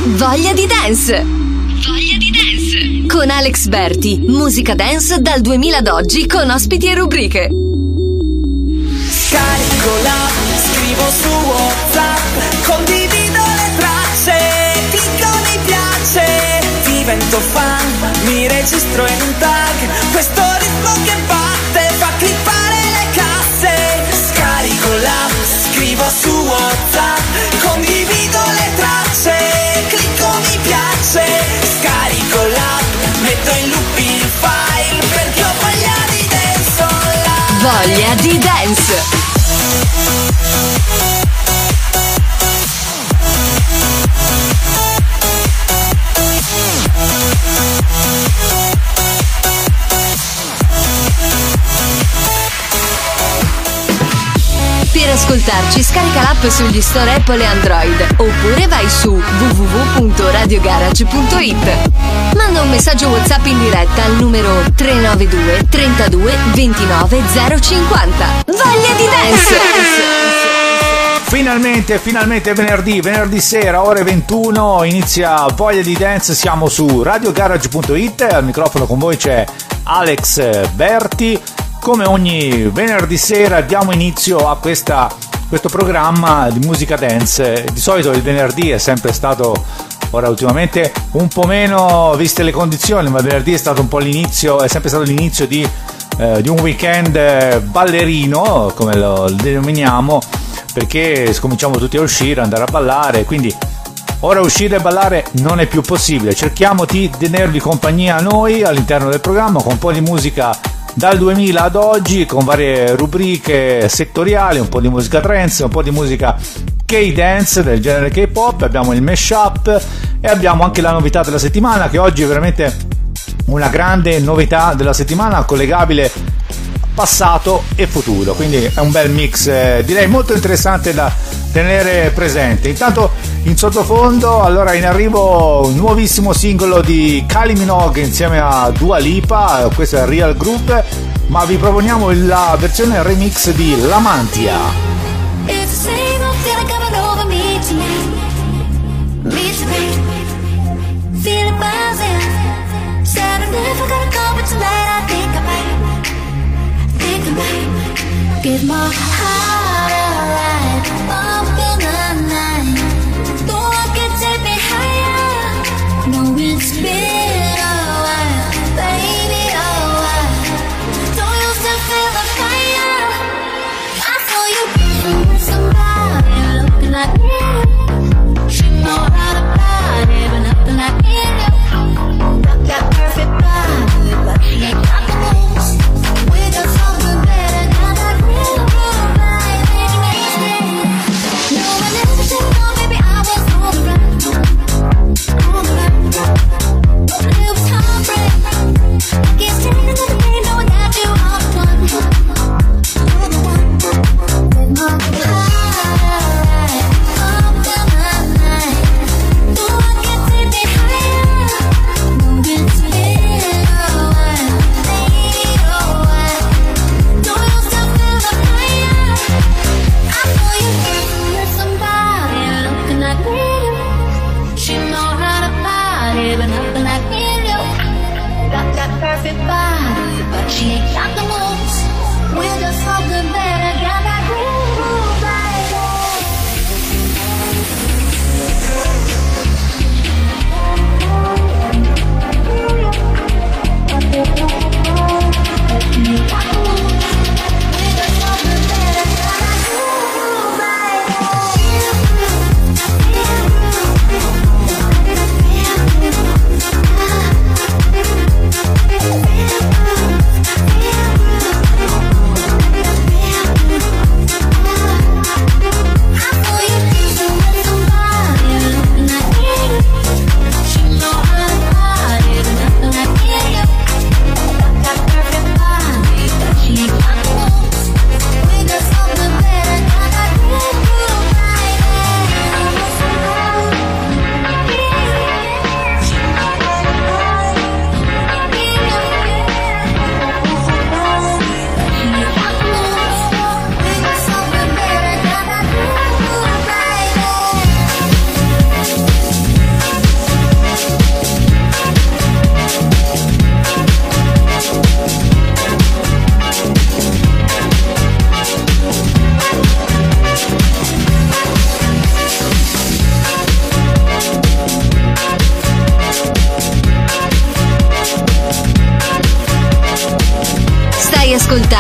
Voglia di dance. Voglia di dance. Con Alex Berti, musica dance dal 2000 ad oggi con ospiti e rubriche. Scarico l'app, scrivo su WhatsApp, condivido le tracce, clicco mi piace, divento fan, mi registro in un tag, questo ritmo che batte fa clippare le casse. Scarico l'app, scrivo su WhatsApp, condivido le tracce, clicco mi piace, scarico l'app, metto in loop il file perché ho voglia di dance online. Voglia di dance. Per ascoltarci scarica l'app sugli store Apple e Android oppure vai su www.radiogarage.it. Manda un messaggio WhatsApp in diretta al numero 392 32 29 050. Voglia di dance! Finalmente venerdì sera, ore 21, inizia Voglia di Dance, siamo su radiogarage.it, al microfono con voi c'è Alex Berti. Come ogni venerdì sera diamo inizio a questo programma di musica dance. Di solito il venerdì è sempre stato, ora ultimamente un po' meno viste le condizioni, ma il venerdì è stato un po' l'inizio, è sempre stato l'inizio di un weekend ballerino, come lo denominiamo, perché scominciamo tutti a uscire, andare a ballare, quindi ora uscire e ballare non è più possibile. Cerchiamo di tenervi compagnia noi all'interno del programma con un po' di musica dal 2000 ad oggi, con varie rubriche settoriali, un po' di musica trance, un po' di musica K-dance del genere K-pop, abbiamo il mashup e abbiamo anche la novità della settimana, che oggi è veramente una grande novità della settimana, collegabile passato e futuro, quindi è un bel mix, direi molto interessante da tenere presente. Intanto in sottofondo, allora, in arrivo un nuovissimo singolo di Kylie Minogue insieme a Dua Lipa, questo è Real Groove, ma vi proponiamo la versione remix di Lamantia. Give my heart a ride up in the night. No one can take me higher. No, it's been a while, baby, a while. Don't you still feel the fire? I saw you with somebody looking like me. She know how to party, but nothing like me. Got that perfect body, but she ain't got the moves. We got something better.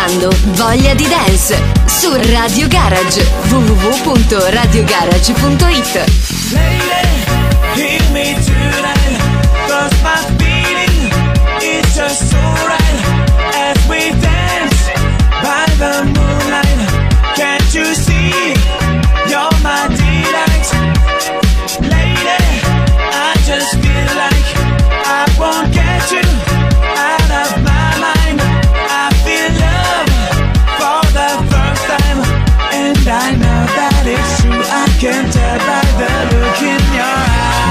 ascoltando Voglia di Dance su Radio Garage, www.radiogarage.it. Lady, hear me tonight, 'cause my feeling is just so right as we dance by the moonlight. Can't you see, you're my delight. Lady, I just feel like I won't get you out of my mind. I feel love for the first time, and I know that it's true. I can tell by the look in your eyes.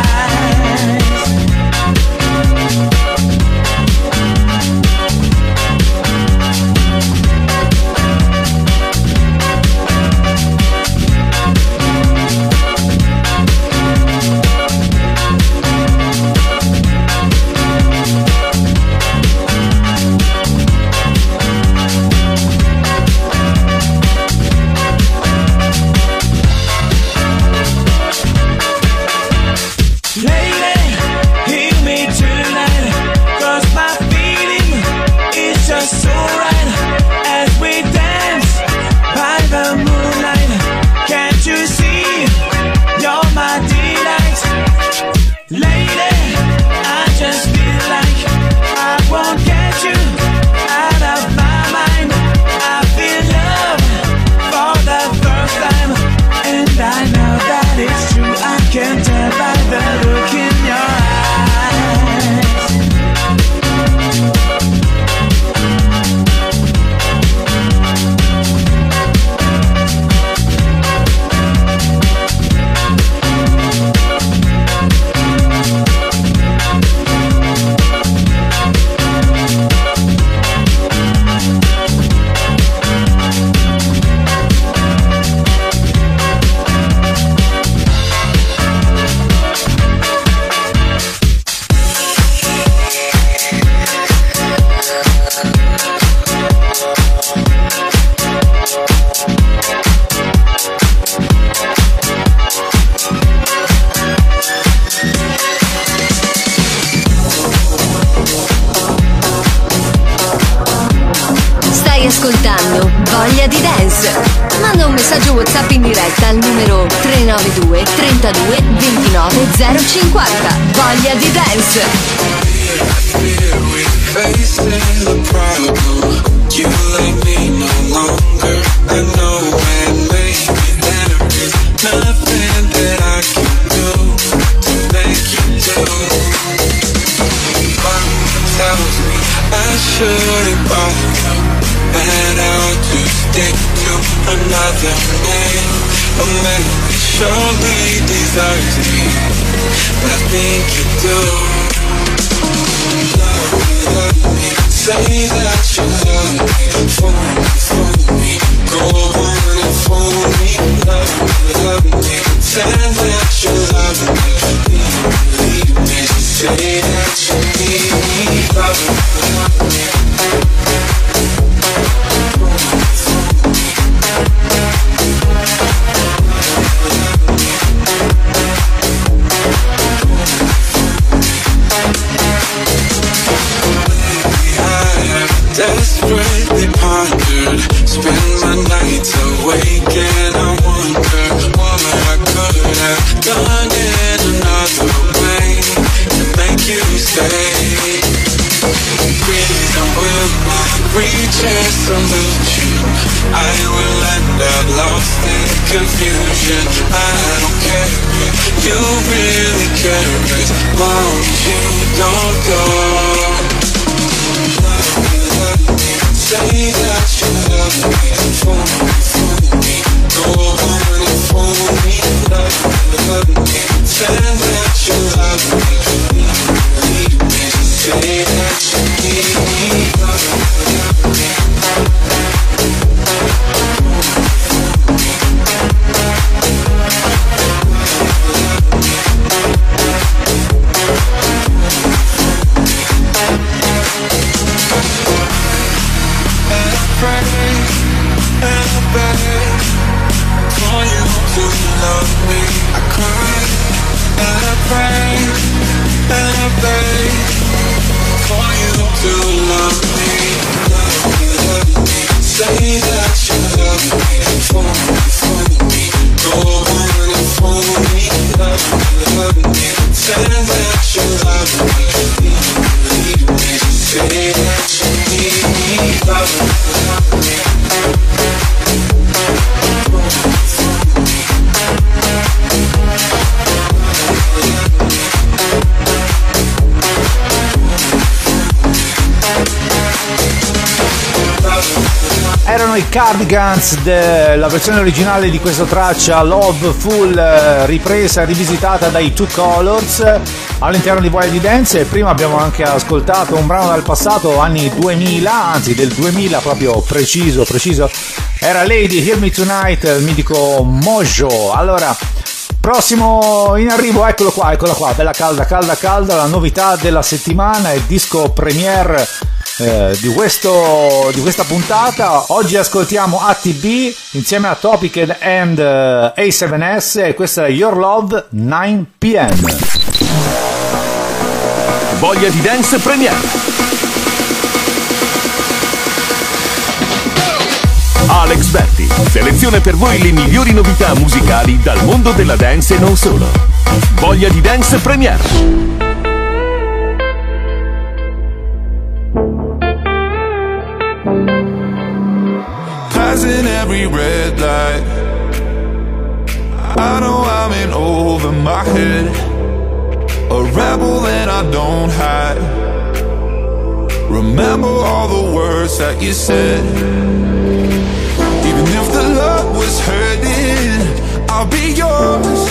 Ascoltando Voglia di Dance. Manda un messaggio WhatsApp in diretta al numero 392 32 29 050. Voglia di Dance. And I'll just stick to another name. Or maybe surely desires me, but I think you do. Love me, say that you love me. Fool me, go on and fool me. Love me, say that you love me. Leave me, say that you need me. Love me. Desperately pondered, spend my nights awake and I wonder what I could have done in another way to make you stay. Please, I will not reach a solution. I will end up lost in confusion. I don't care if you really care as long as you don't go. Say that you love me, fool me, go on and fool me, love me, say that you love me, leave me, say that you need me, love me. Erano i Cardigans, la versione originale di questa traccia Loveful, ripresa e rivisitata dai Two Colors all'interno di Voglia di Dance. E prima abbiamo anche ascoltato un brano dal passato, anni 2000, anzi del 2000 proprio preciso, era Lady Hear Me Tonight, il mitico Mojo. Allora, prossimo in arrivo, eccola qua, bella calda, la novità della settimana, il disco premiere di questa puntata. Oggi ascoltiamo ATB insieme a Topic and A7S, e questa è Your Love 9 PM. Voglia di Dance Premiere. Alex Berti seleziona per voi le migliori novità musicali dal mondo della dance e non solo. Voglia di Dance Premiere. Passing every red light, I know I'm in over my head, a rebel and I don't hide. Remember all the words that you said. Even if the love was hurting, I'll be yours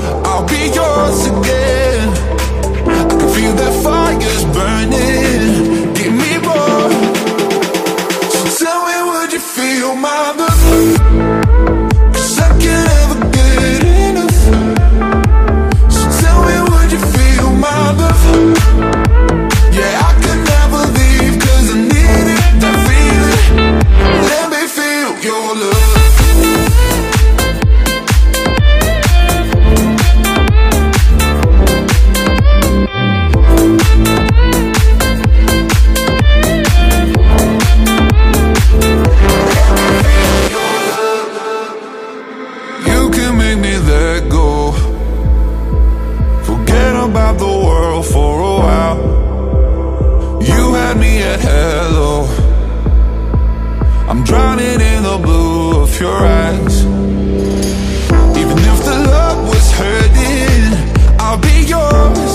again. I can feel that fire's burning, give me more. So tell me, would you feel my love? 'Cause I can't ever get enough. So tell me, would you feel my love? Yeah, I can never leave 'cause I need it, that feeling. Let me feel your love. You can make me let go, forget about the world for a while. You had me at hello, I'm drowning in the blue of your eyes. Even if the love was hurting, I'll be yours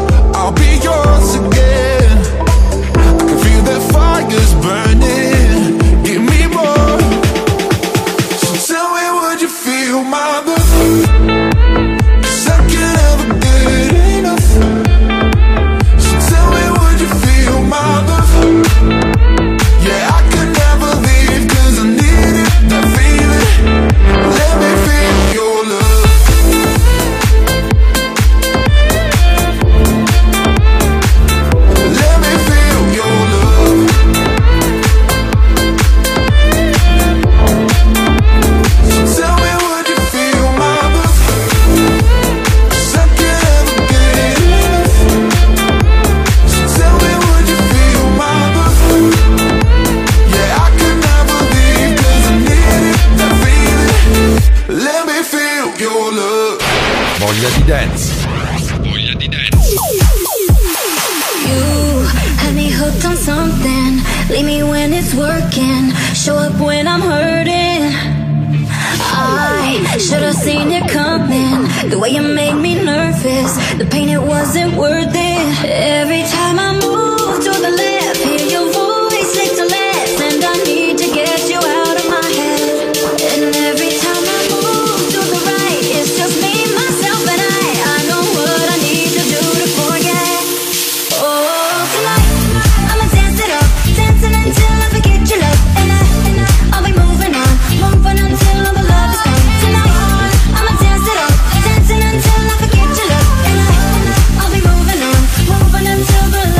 again. I can feel that fire's burning, give me more. So tell me, would you feel my love? 'Cause I can't ever get enough. So tell me, would you feel my love? Yeah, I can never leave 'cause I need it, that feeling. Let me feel your love. Let me feel your love. So tell me, would you feel my love? 'Cause I can't ever get enough. So tell me, would you feel my love? Yeah, I can never leave 'cause I need it, that feeling. Let me feel your love. Voglia di Dance. You had me hooked on something. Leave me when it's working. Show up when I'm hurting. I should have seen it coming. The way you made me nervous. The pain, it wasn't worth it. Every time I move to the left, hear your voice say to less. And I need to get you out of my head. And every time I move to the right, it's just me, myself, and I know what I need to do to forget. Oh, tonight, I'ma dance it up, dancing until I forget your love. And I'll be moving on until all the love is gone. Tonight, I'ma dance it up, dancing until I forget your love. And I'll be moving on until the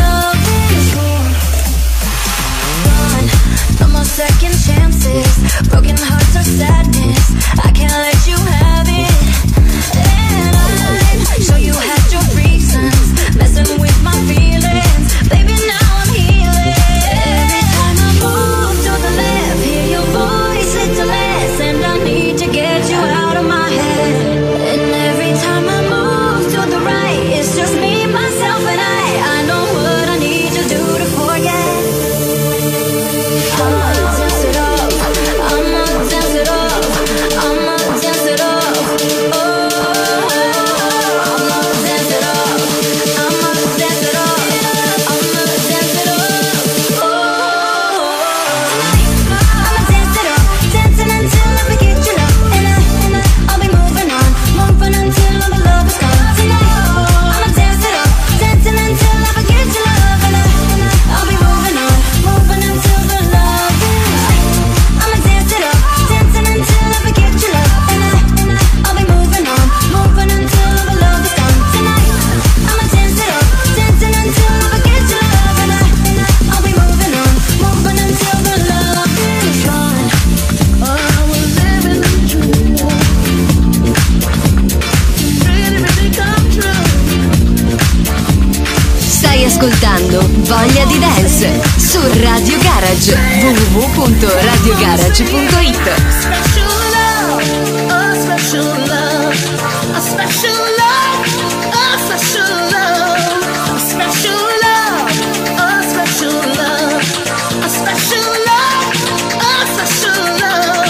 ascoltando Voglia di Dance su Radio Garage, www.radiogarage.it. Special love, a special love, a special love, a special love, a special love, a special love, a special love, a special love.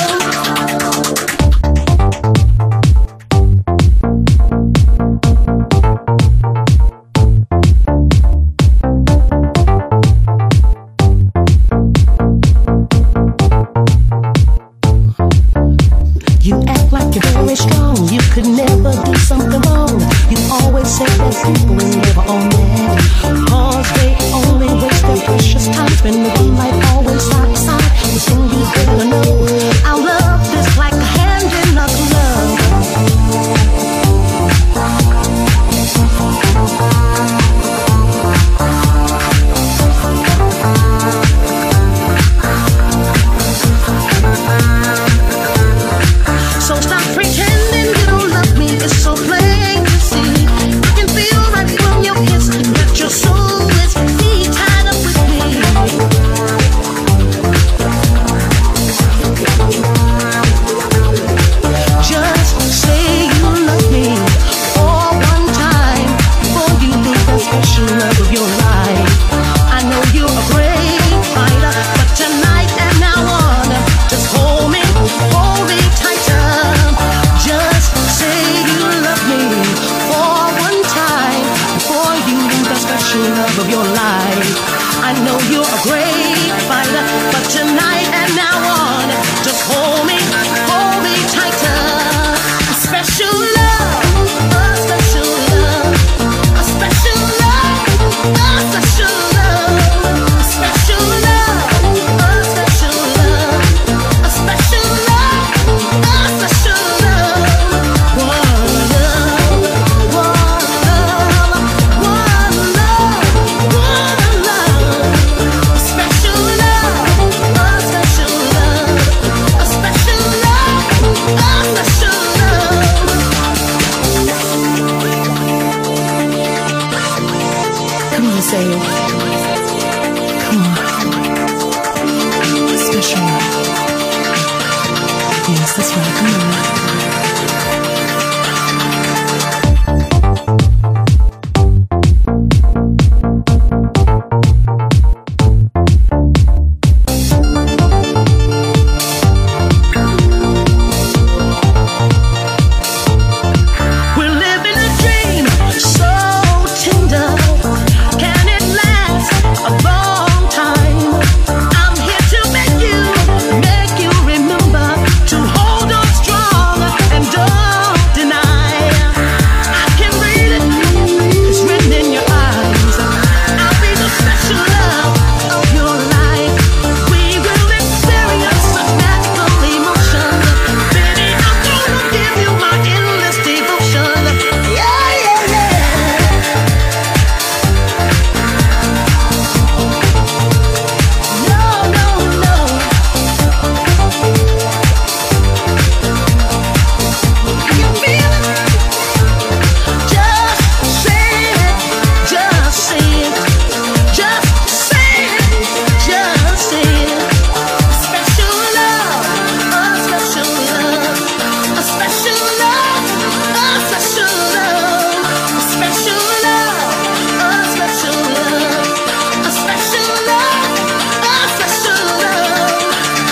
You act like you're very strong. You could never do something wrong. You always say that people never on that. Cause they only waste their precious time. Spend the life always side to side. The thing you better know, our love is like a hand in a glove. So stop pretending you don't love me. It's so plain to see. I can feel right from your kiss that your soul is tied up with me. Just say you love me for one time before you lose the special love of your life. I know you're a great fighter, but tonight and now on, just hold me tighter. Just say you love me for one time before you lose the special love of your life. I know you're a great fighter, but tonight and now on, just hold me tighter. A special love, a special love, a special love, a special love, a special love, a special love, a special love, a special love. One love, one love, one love, one love. A special love, a special love, a special love, a special love. Come on, say it. Come on. A special love. Yes, that's right. Come on. We're living a dream so tender. Can it last a long time? I'm here to make you remember to hold on strong and don't deny. I can read it, it's written in your eyes. I'll be the special love of your life. We will experience such magical emotions. Baby, I'm gonna give you my endless devotion. Yeah, yeah, yeah. No, no, no. I can feel it. Just say it. Just say it. Just say it. Just say it. A special love. A special love. A special love. A special love. A special love. A special love. A special love. A special love.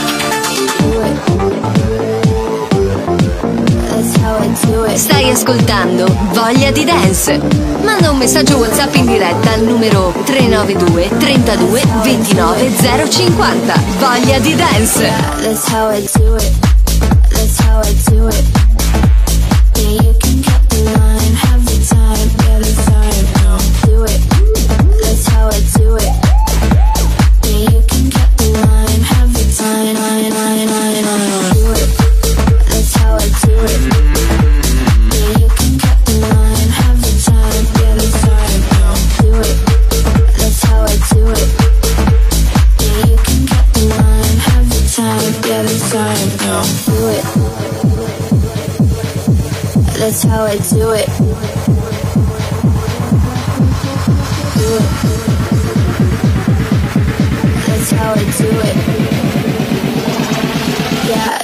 That's how I do it. Stai ascoltando Voglia di Dance. Manda un messaggio WhatsApp in diretta al numero 392 32 29 050. Voglia di Dance. That's how I do it. That's how I do it. Yeah, you can cut the line, have the time, yeah, the time. Do it. That's how I do it. Yeah, you can cut the line, have the time, do it. That's how I do it. Yeah, you can cut the line, have the time, yeah, the time. Do it. That's how I do it. Yeah, you can cut the line, have the time, yeah, the time. Do it. That's how I do it. Do it.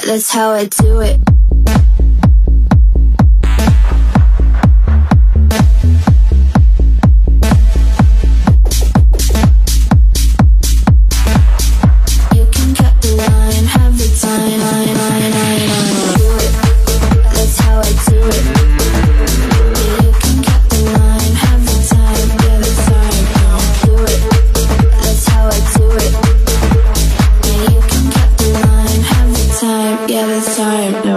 that's how I do it. You can cut the line, have the time, do it. That's how I do it. Yeah, you can cut the line, have the time, yeah, that's how I do it. That's how I do it. Yeah, you can cut the line, have the time, yeah, that's how I do.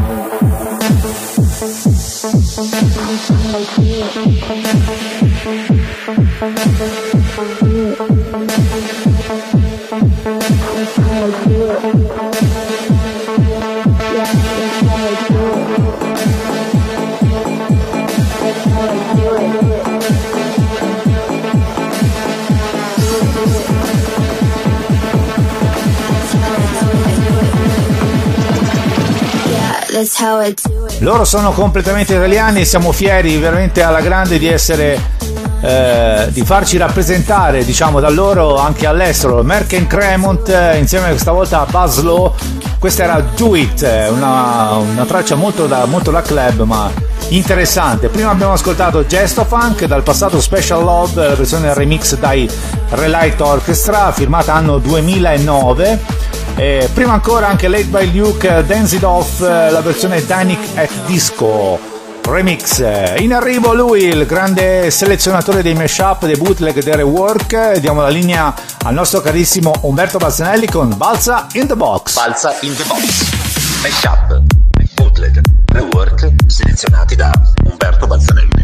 That's how I do it. Loro sono completamente italiani e siamo fieri veramente alla grande di essere di farci rappresentare, diciamo, da loro anche all'estero. Merck and Cremont insieme questa volta a Buzz Low. Questa era Do It, una traccia molto da club ma interessante. Prima abbiamo ascoltato Gesto Funk dal passato Special Love, la versione remix dai Relight Orchestra, firmata anno 2009. Prima ancora anche Late by Luke, Dance It Off, la versione Dynamic at Disco remix. In arrivo lui, il grande selezionatore dei mashup, dei bootleg, dei rework. Diamo la linea al nostro carissimo Umberto Balzanelli con Balza in the Box. Balza in the Box, mashup, bootleg, rework selezionati da Umberto Balzanelli.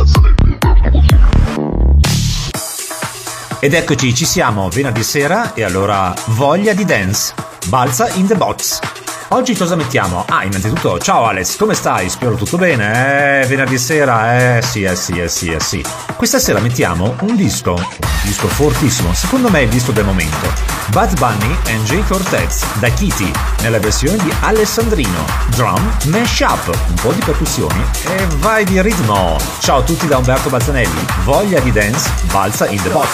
Ed eccoci, ci siamo, venerdì sera, e allora voglia di dance, Balza in the Box. Oggi cosa mettiamo? Innanzitutto, ciao Alex, come stai? Spero tutto bene? Venerdì sera? Sì. Questa sera mettiamo un disco fortissimo, secondo me è il disco del momento. Bad Bunny and Jay Cortez, da Kitty, nella versione di Alessandrino. Drum, mashup, un po' di percussioni e vai di ritmo. Ciao a tutti da Umberto Balzanelli, voglia di dance, Balza in the Box.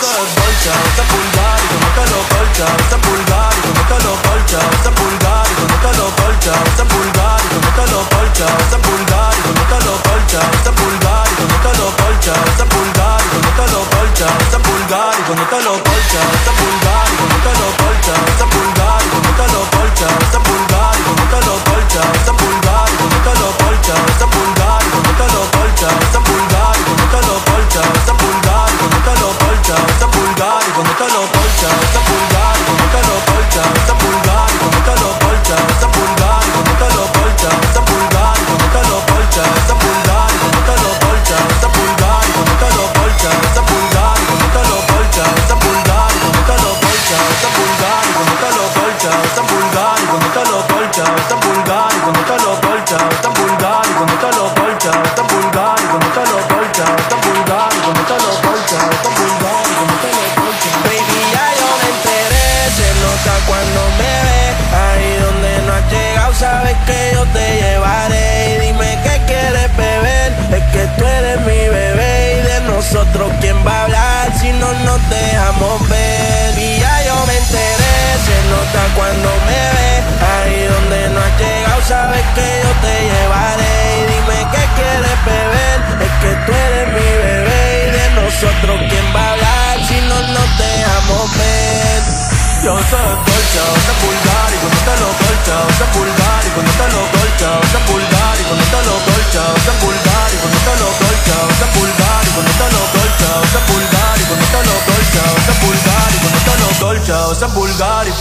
Sabes que yo te llevaré y dime qué quieres beber. Es que tú eres mi bebé y de nosotros quién va a hablar si no nos dejamos ver. Y ya yo me enteré, se nota cuando me ves. Ahí donde no has llegado sabes que yo te llevaré y dime qué quieres beber. Es que tú eres mi bebé y de nosotros quién va a hablar si no nos dejamos ver. Yo soy dolce, soy vulgar y cuando te lo dolce, soy vulgar y cuando te lo dolce, soy vulgar y cuando te lo dolce, soy vulgar y cuando te lo dolce, soy vulgar y cuando te lo dolce, soy vulgar y cuando te lo dolce, soy vulgar y cuando te lo dolce, soy vulgar y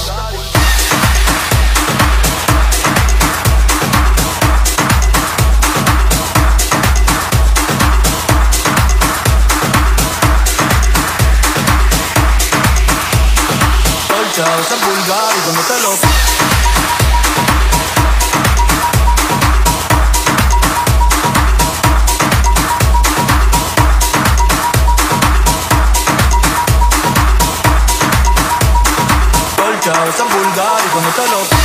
soy vulgar y cuando te lo soy vulgar y cuando te lo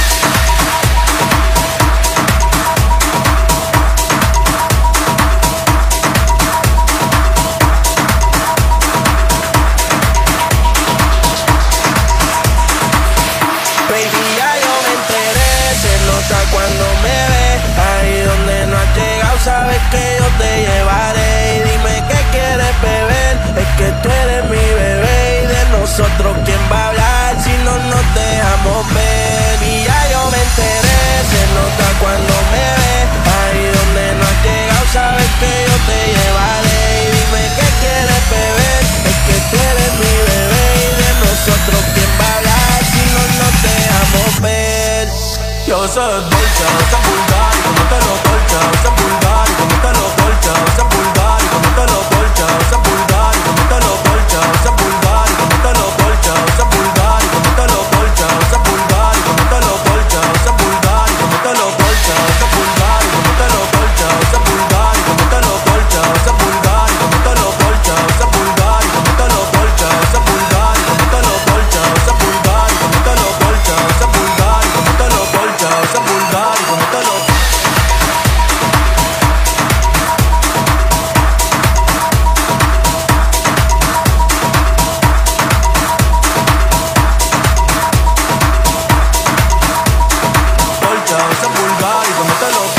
Eso es dolce, ese Bulgari, como te lo dolce, ese Bulgari, como te lo dolce, ese Bulgari, como te lo dolce, ese Bulgari, como te lo dolce, ese Bulgari, como te lo dolce, ese Bulgari, como te lo dolce, ese Bulgari, como te lo dolce, ese Bulgari, como te lo dolce, ese Bulgari, como te lo dolce, ese Bulgari, como te lo dolce, ese Bulgari, como te lo dolce, ese Bulgari, como te lo dolce, ese Bulgari, como te lo dolce, ese Bulgari, como te lo dolce, ese Bulgari, como te lo dolce, ese Bulgari, como te lo ese Bulgari, como te lo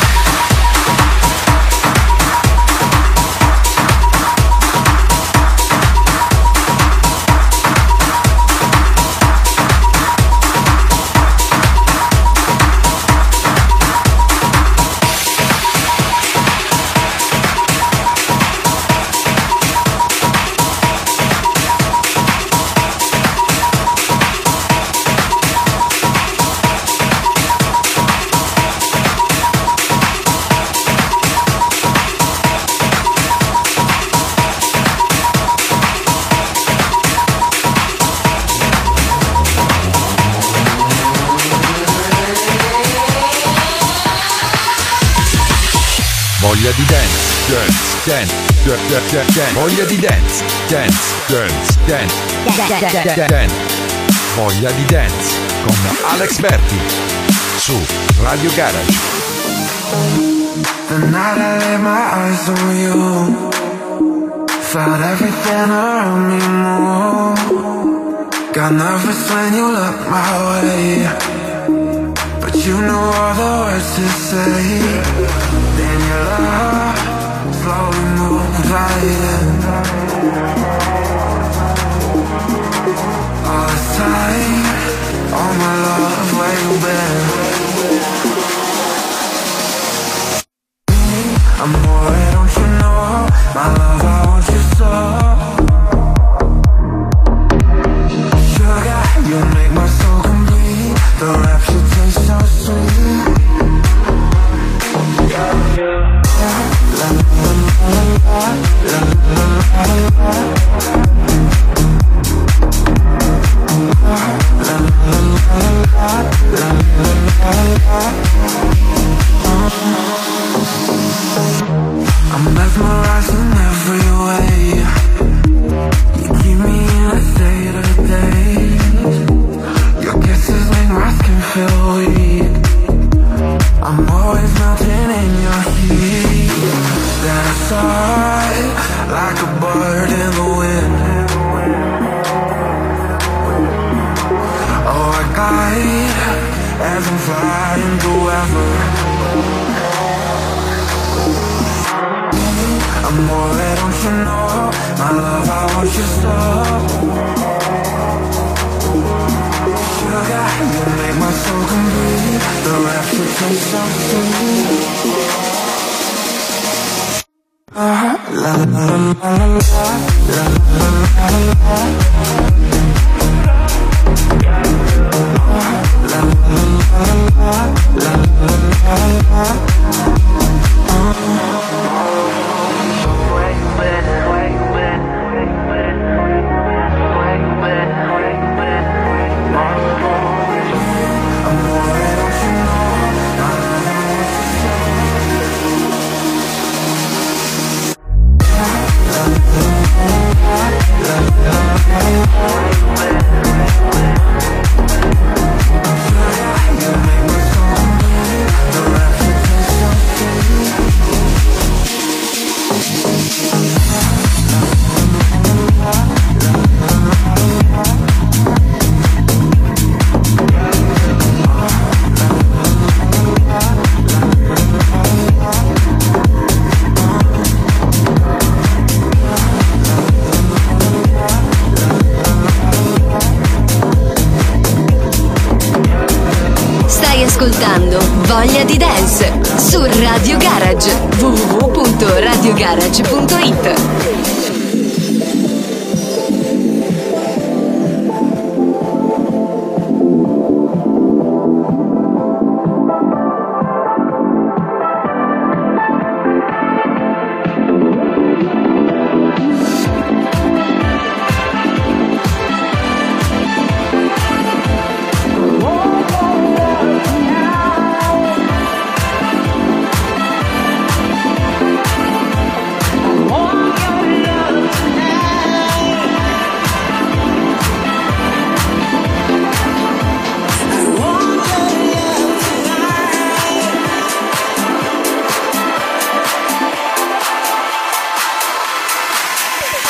Voglia di dance, dance, dance, voglia di dance, dance, dance, dance, voglia di dance con Alex Berti su Radio Garage. The night I laid my eyes on you, felt everything around me move. Got nervous when you looked my way, but you knew all the words to say. Then your love slowly moved right in. All this time, all my love, where you been? Amore, don't you know, my love, I want you so. Sugar, you make my soul complete. The rapture tastes so sweet. I'm mesmerized in every way. You keep me in a state of daze. Your kisses make my skin feel weak. I'm always melting in your heat. Then I soar like a bird in the wind. Oh, I glide as I'm flying through ever. Amore, don't you know, my love, I want you so. Sugar, you make my soul complete. The rapture tastes so sweet. La la la la la la Ascoltando Voglia di Dance su Radio Garage, www.radiogarage.it.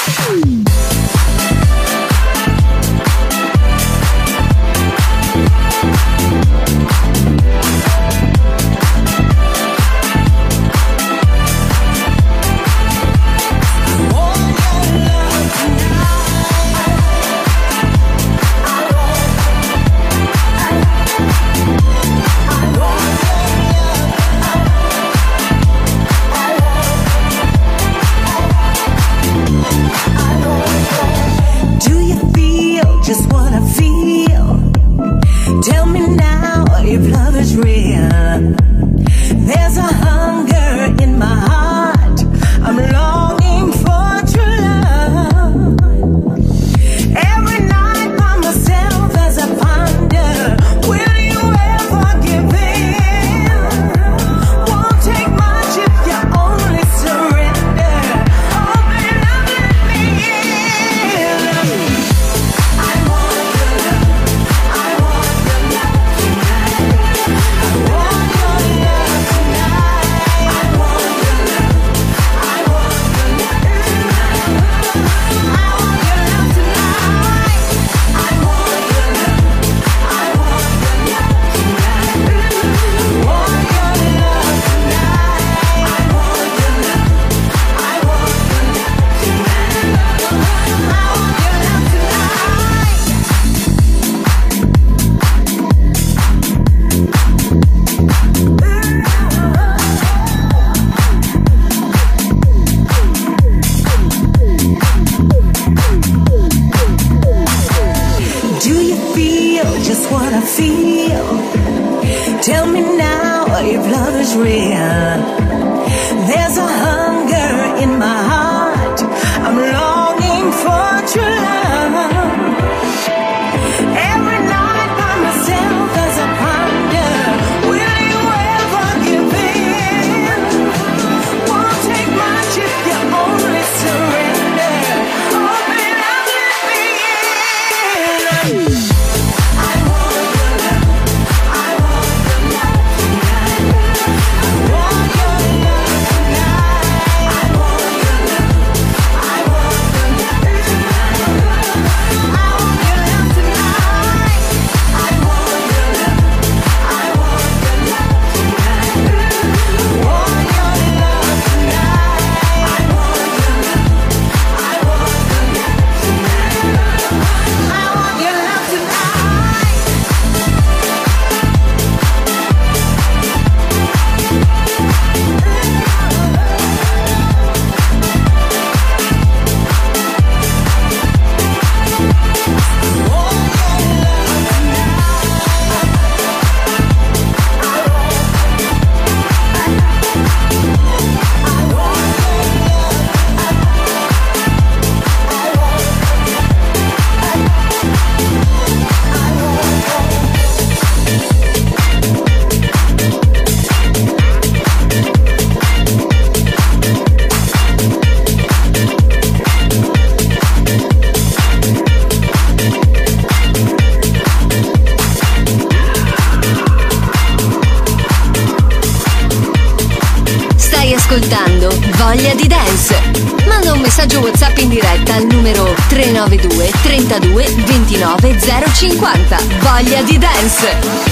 ascoltando Voglia di Dance. Manda un messaggio WhatsApp in diretta al numero 392 32 29 050. Voglia di Dance.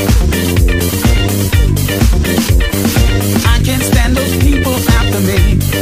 I can't stand those people after me.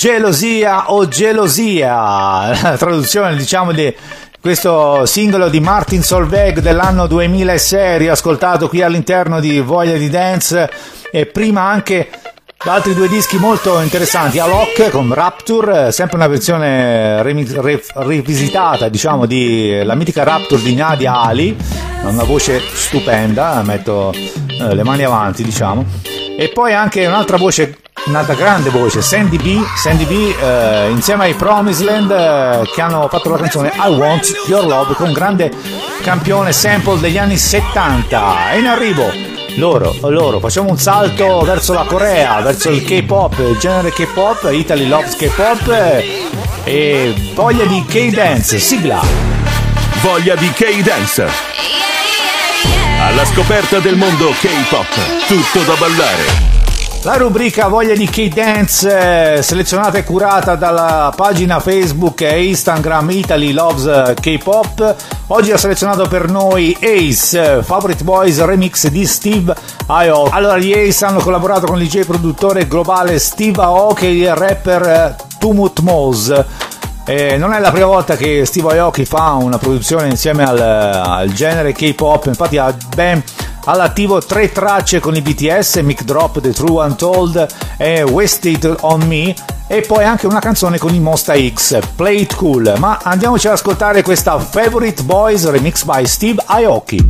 Gelosia o Gelosia, la traduzione diciamo di questo singolo di Martin Solveig dell'anno 2006, riascoltato qui all'interno di Voglia di Dance, e prima anche altri due dischi molto interessanti, Alok con Rapture, sempre una versione rivisitata diciamo di la mitica Rapture di Nadia Ali, una voce stupenda, metto le mani avanti diciamo, e poi anche un'altra voce, un'altra grande voce, Sandy B insieme ai Promised Land, che hanno fatto la canzone I Want Your Love con grande campione sample degli anni 70. E in arrivo loro, facciamo un salto verso la Corea, verso il K-pop, il genere K-pop, Italy Loves K-pop, e Voglia di K-Dance, sigla. Voglia di K-Dance. Alla scoperta del mondo K-pop, tutto da ballare. La rubrica Voglia di K-Dance, selezionata e curata dalla pagina Facebook e Instagram Italy Loves K-Pop. Oggi ha selezionato per noi Ace, Favorite Boys remix di Steve Aoki. Allora, gli Ace hanno collaborato con il DJ produttore globale Steve Aoki e il rapper Tumut Mose. Non è la prima volta che Steve Aoki fa una produzione insieme al genere K-pop, infatti ha ben all'attivo 3 tracce con i BTS, Mic Drop, The True Untold e Wasted on Me, e poi anche una canzone con i Monsta X, Play It Cool. Ma andiamoci ad ascoltare questa Favorite Boys remix by Steve Aoki.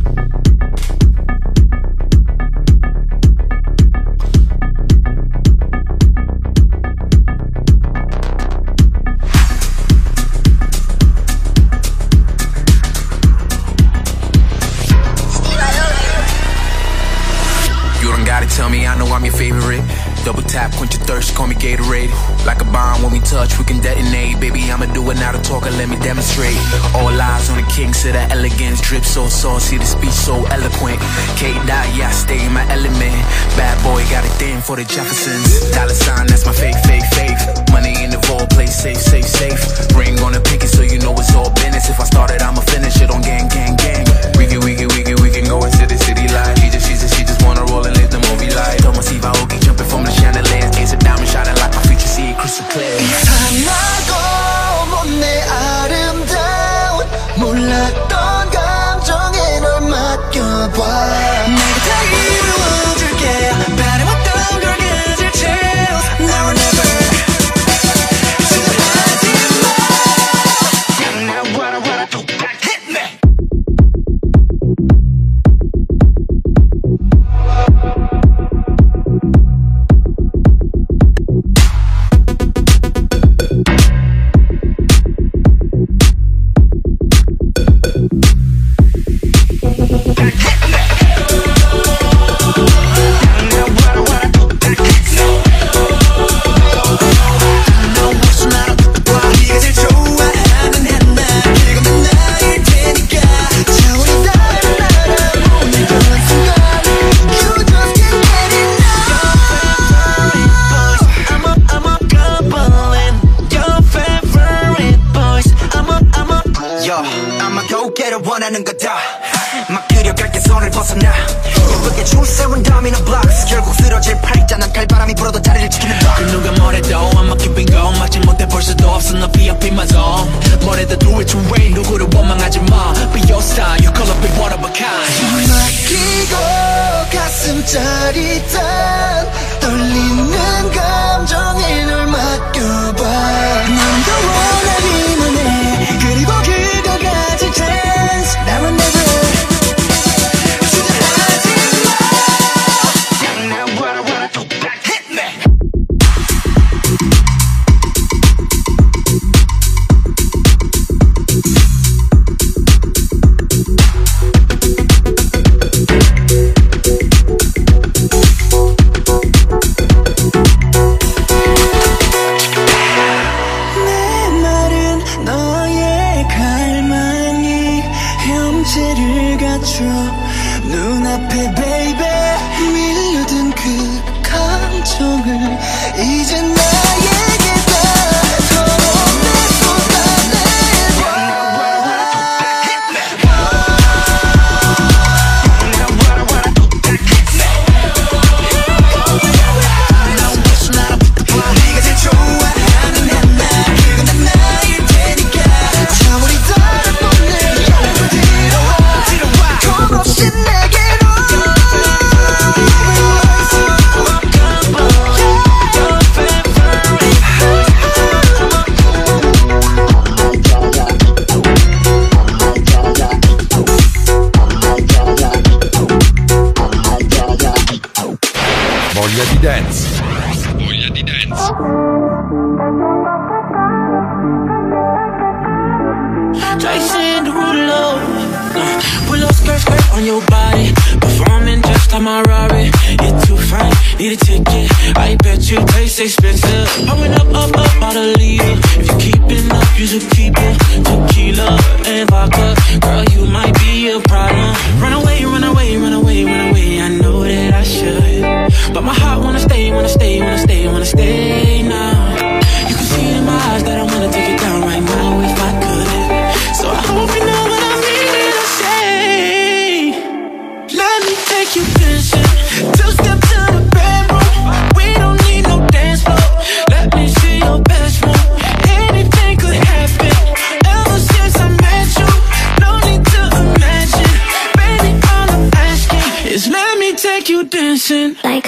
Tell me I know I'm your favorite. Double tap, quench your thirst, call me Gatorade. Like a bomb when we touch, we can detonate. Baby, I'ma do it now to talk and let me demonstrate. All eyes on the king, so the elegance. Drip so saucy, the speech so eloquent. K-Dot, yeah, I stay in my element. Bad boy, got a thing for the Jeffersons. Dollar sign, that's my fave. Money in the vault, play safe. Ring on the pinky so you know it's all business. If I started, I'ma finish it on gang. We can go into the city life. She just wanna roll and live the movie life. Don't see Aoki jumping from the chandelier. Ace of diamond shining like my future, see it crystal clear. 이상하고 못내 아름다운 몰랐던 감정에 널 맡겨봐. 내가 다 이루어줄게. 바라봤던 걸 가질 chance. Now or never. 원하는 거다 막 그려갈게 손을 벗어나 예쁘게 줄 세운 도미노 블록스 결국 쓰러질 팔자는 칼바람이 불어도 자리를 지키는 법 누가 뭐래도 I'm keeping going 막지 못해 볼 수도 없어 너 VIP my zone 뭐래도 do it your way 누구를 원망하지 마 Be your style you call up be one of a kind 맡기고 가슴 짜릿한 떨리는 감정에 널 맡겨봐 난 더 원하기만 해 그리고 그거 가질 chance Now or never 눈앞에 baby 밀려든 그 감정을 이제 나에게 다 털어내 쏟아내 네가 제일 좋아하는 Dance. Voglia di dance. Jason Derulo, willow skirt on your body, performing just like my Rari. You're too fine, need a ticket. I bet you taste expensive. I went up out a leader. If you keeping up, you should keep it. Tequila and vodka, girl, you might be a problem. Run away, run away, run away, run away. I know that I should, but my heart wanna stay, wanna stay, wanna stay, wanna stay now. You can see it in my eyes that I wanna take it down right now if I could. So I hope you know what I mean to say. Let me take you dancing. Two step to the bedroom. We don't need no dance floor. Let me see your best move. Anything could happen. Ever since I met you, no need to imagine. Baby, all I'm asking is let me take you dancing. Like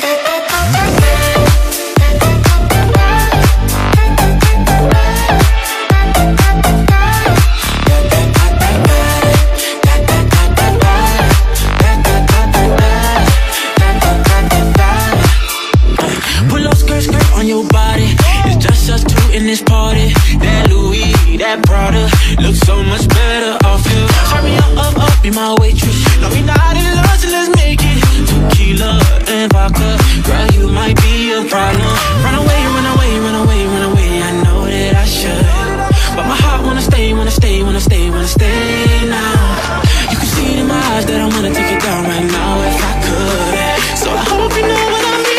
on your body, it's just us two in this party. That Louis, that Prada, looks so much better off you. Turn me up, be my waitress. No, we not in love, so let's make it. Tequila and vodka, girl, you might be a problem. Run away, run away, run away, run away. I know that I should, but my heart wanna stay, wanna stay, wanna stay, wanna stay now. You can see it in my eyes that I wanna take it down right now if I could. So I hope you know what I mean.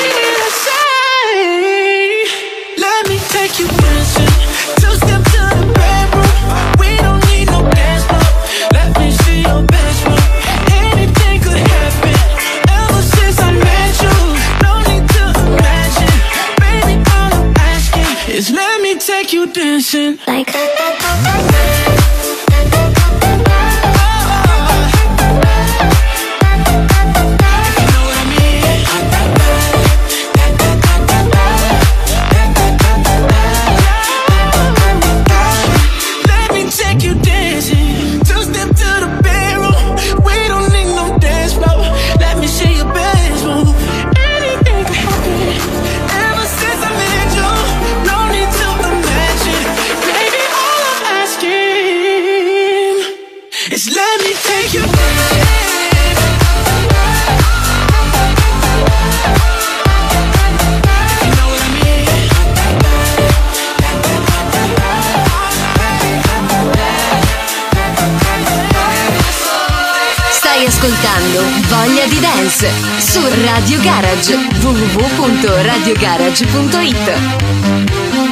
Take you dancing, two step to the bedroom. We don't need no dance floor. Let me see your best move. Anything could happen. Ever since I met you, no need to imagine. Baby, all I'm asking is let me take you dancing. Like let me take you Stai ascoltando Voglia di Dance su Radio Garage, www.radiogarage.it.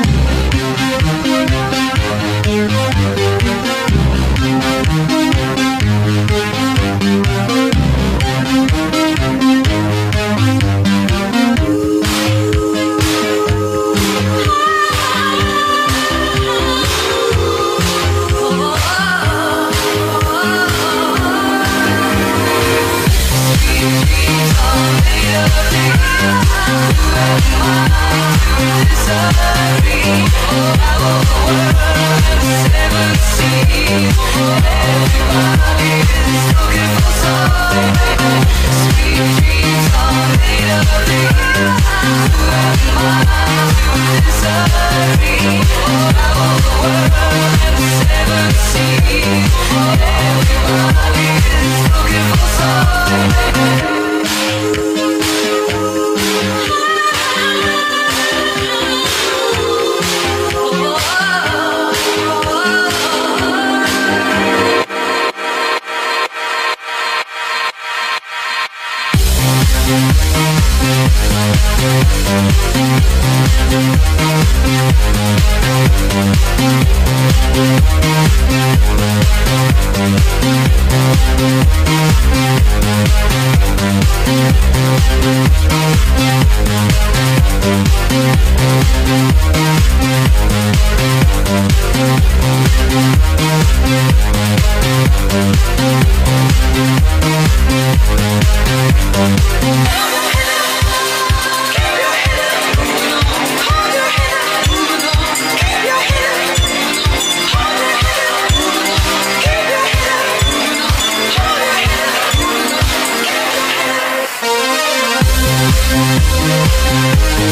We'll be right back.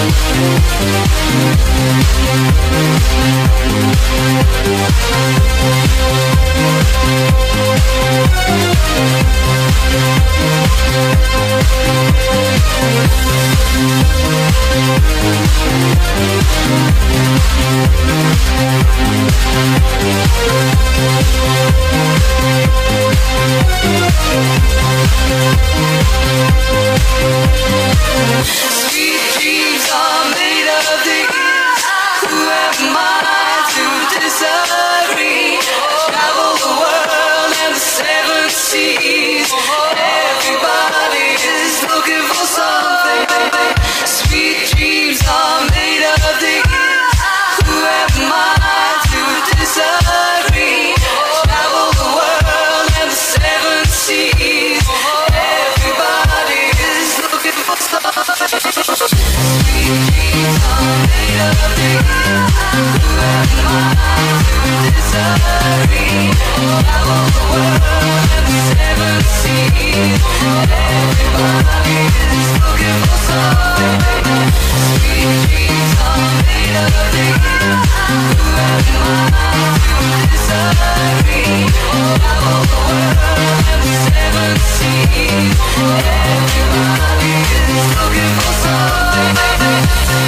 Sweet dreams are made of these. Who am I to disagree? Travel the world and the seven seas. Everybody is looking for something. Sweet dreams are made of these. Who am I to disagree? Travel the world and the seven seas. Everybody is looking for something. Sweet dreams are made of these. Who am I to disagree? Travel the world and the seven seas. Everybody is looking for something. Sweet dreams are made of these. Who am I to disagree? Travel the world and the seven seas. Everybody is looking for something.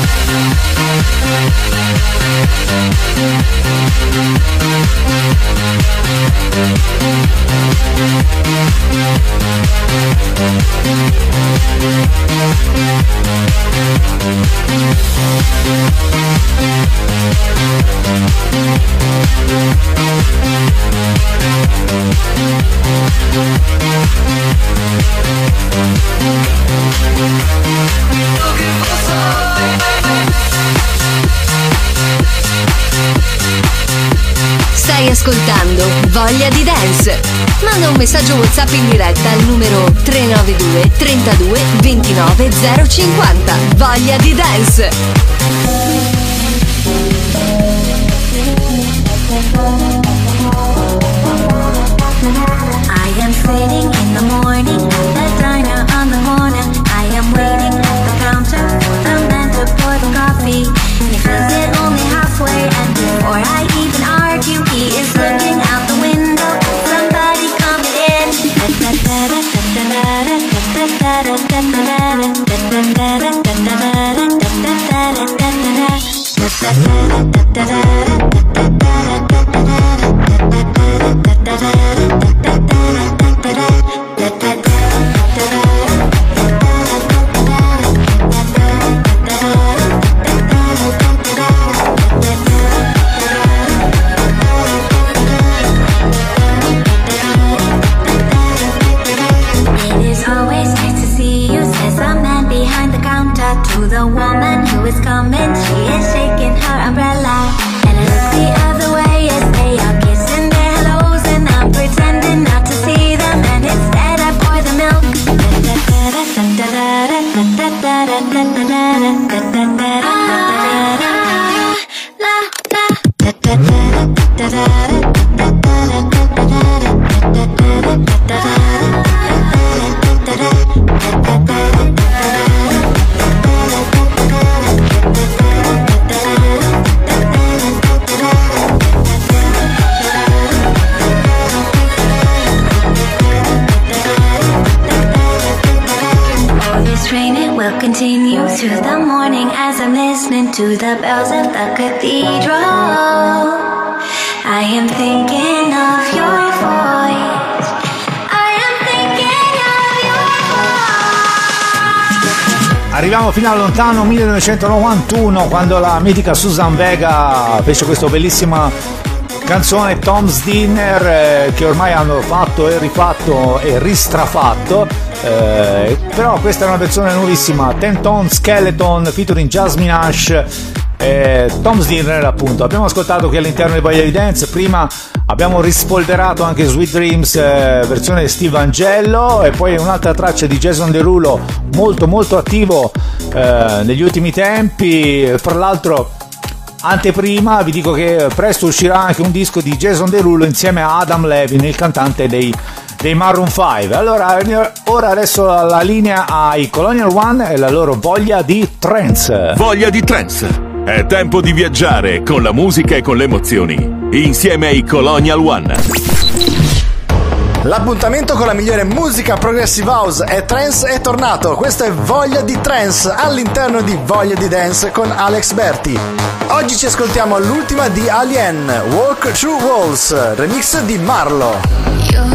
Stai ascoltando Voglia di Dance. Manda un messaggio WhatsApp in diretta al numero 392 32 29 050. Voglia di Dance. I am sitting in the morning at the diner on the corner. I am waiting at the counter for the man to pour the coffee. And he fills it only halfway, and before I even argue, he is looking out the window. Somebody coming in. To the woman who is coming, she is shaking her umbrella. And I look the other way as they are kissing their hellos, and I'm pretending not to see them, and instead I pour the milk. Will continue to the morning as I'm listening to the bells of the cathedral. I am thinking of your voice. I am thinking of your voice. Arriviamo fino al lontano 1991, quando la mitica Suzanne Vega fece questa bellissima canzone Tom's Dinner, che ormai hanno fatto e rifatto e ristrafatto. Però questa è una versione nuovissima, Ten Tone Skeleton featuring Jasmine Ash, Tom's Dinner appunto. Abbiamo ascoltato qui all'interno di Voglia di Dance, prima abbiamo rispolverato anche Sweet Dreams versione Steve Angello, e poi un'altra traccia di Jason Derulo molto molto attivo negli ultimi tempi. Fra l'altro, anteprima vi dico che presto uscirà anche un disco di Jason Derulo insieme a Adam Levine, il cantante dei dei Maroon 5. Allora, ora adesso la linea ai Colonial One e la loro voglia di trance. Voglia di trance. È tempo di viaggiare con la musica e con le emozioni, insieme ai Colonial One. L'appuntamento con la migliore musica progressive house e trance è tornato. Questo è Voglia di Trance all'interno di Voglia di Dance con Alex Berti. Oggi ci ascoltiamo l'ultima di Alien, Walk Through Walls, remix di Marlo.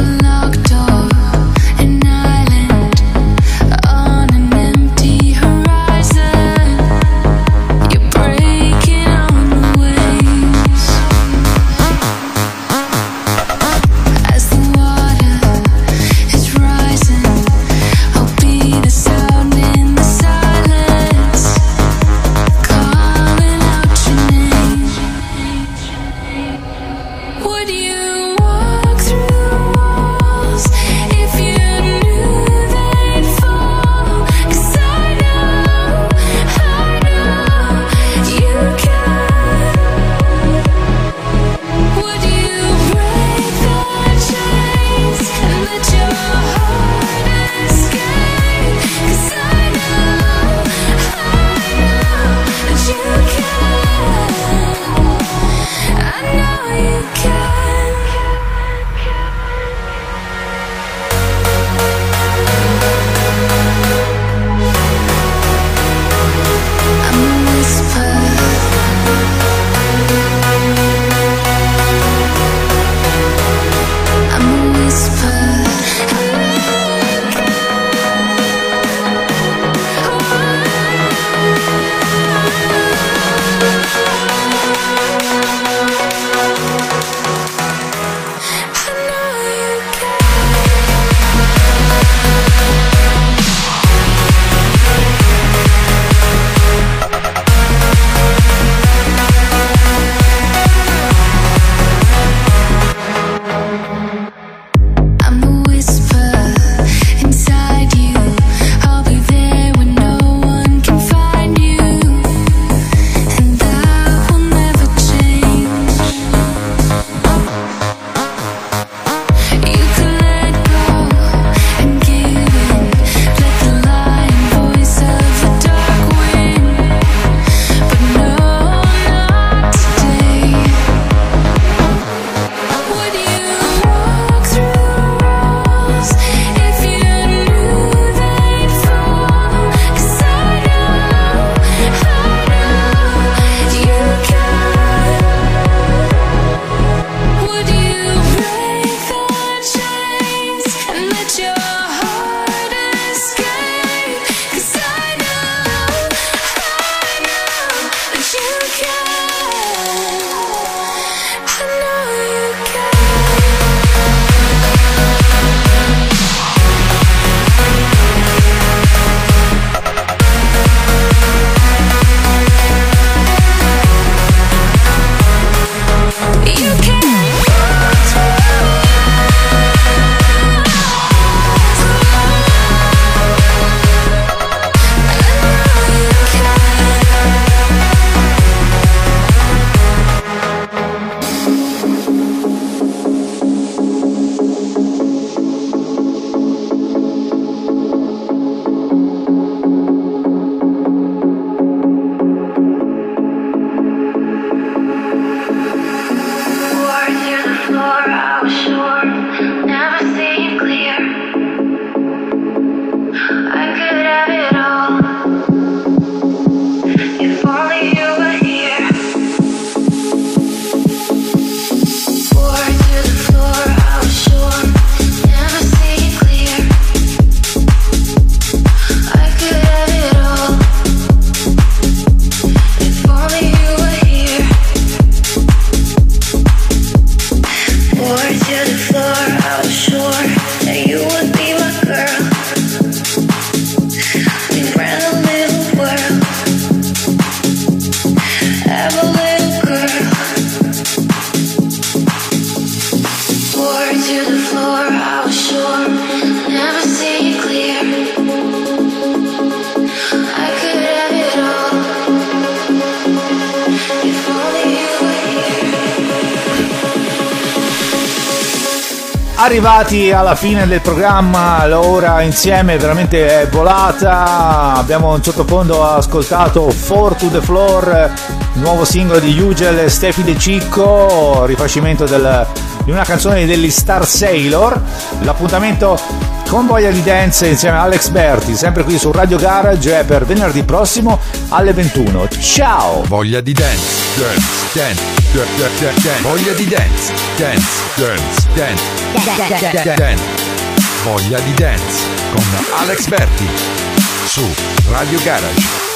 Would you walk through Arrivati alla fine del programma, l'ora insieme veramente è volata. Abbiamo in sottofondo ascoltato Four to the Floor, il nuovo singolo di Ugel e Steffi De Cicco, rifacimento di una canzone degli Star Sailor. L'appuntamento con Voglia di Dance insieme a Alex Berti, sempre qui su Radio Garage, è per venerdì prossimo alle 21. Ciao! Voglia di dance, dance, dance, dance, dance. Voglia di dance, dance, dance, dance, dance. Voglia di dance con Alex Berti su Radio Garage.